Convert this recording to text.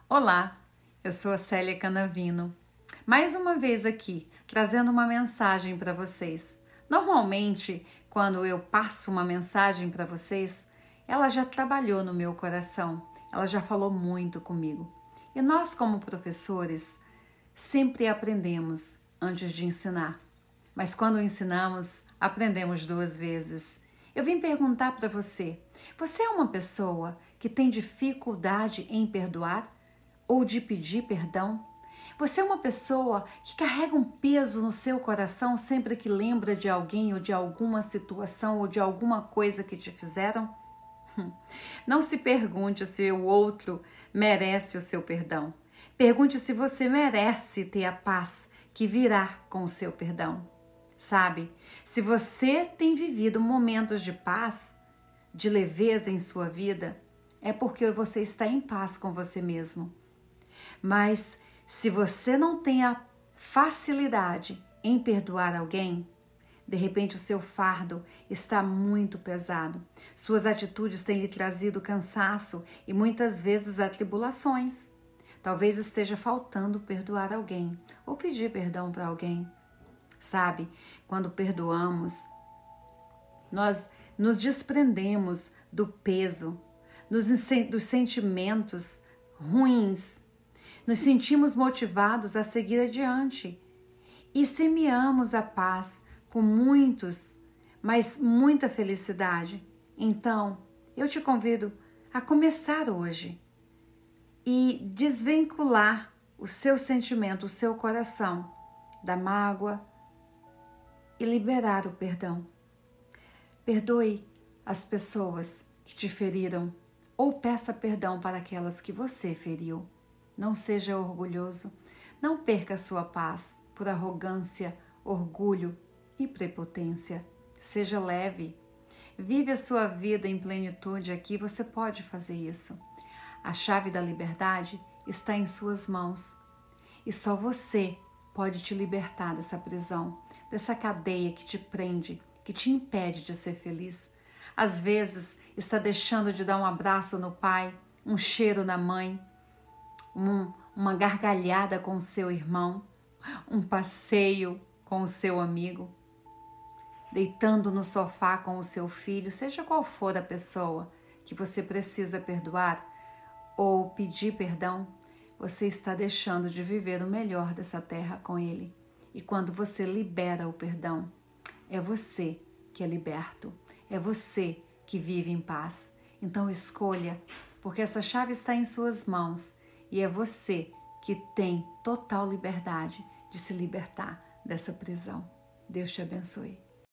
Olá, eu sou a Célia Canavino, mais uma vez aqui, trazendo uma mensagem para vocês. Normalmente, quando eu passo uma mensagem para vocês, ela já trabalhou no meu coração, ela já falou muito comigo. E nós, como professores, sempre aprendemos antes de ensinar. Mas quando ensinamos, aprendemos duas vezes. Eu vim perguntar para você: você é uma pessoa que tem dificuldade em perdoar ou de pedir perdão? Você é uma pessoa que carrega um peso no seu coração sempre que lembra de alguém ou de alguma situação ou de alguma coisa que te fizeram? Não se pergunte se o outro merece o seu perdão. Pergunte se você merece ter a paz que virá com o seu perdão. Sabe, se você tem vivido momentos de paz, de leveza em sua vida, é porque você está em paz com você mesmo. Mas se você não tem a facilidade em perdoar alguém, de repente o seu fardo está muito pesado. Suas atitudes têm lhe trazido cansaço e muitas vezes atribulações. Talvez esteja faltando perdoar alguém ou pedir perdão para alguém. Sabe, quando perdoamos, nós nos desprendemos do peso, dos sentimentos ruins. Nos sentimos motivados a seguir adiante e semeamos a paz com muita felicidade. Então, eu te convido a começar hoje e desvincular o seu sentimento, o seu coração da mágoa e liberar o perdão. Perdoe as pessoas que te feriram ou peça perdão para aquelas que você feriu. Não seja orgulhoso, não perca sua paz por arrogância, orgulho e prepotência. Seja leve, vive a sua vida em plenitude. Aqui você pode fazer isso. A chave da liberdade está em suas mãos e só você pode te libertar dessa prisão, dessa cadeia que te prende, que te impede de ser feliz. Às vezes está deixando de dar um abraço no pai, um cheiro na mãe, uma gargalhada com o seu irmão, um passeio com o seu amigo, deitando no sofá com o seu filho, seja qual for a pessoa que você precisa perdoar ou pedir perdão, você está deixando de viver o melhor dessa terra com ele. E quando você libera o perdão, é você que é liberto, é você que vive em paz. Então escolha, porque essa chave está em suas mãos e é você que tem total liberdade de se libertar dessa prisão. Deus te abençoe.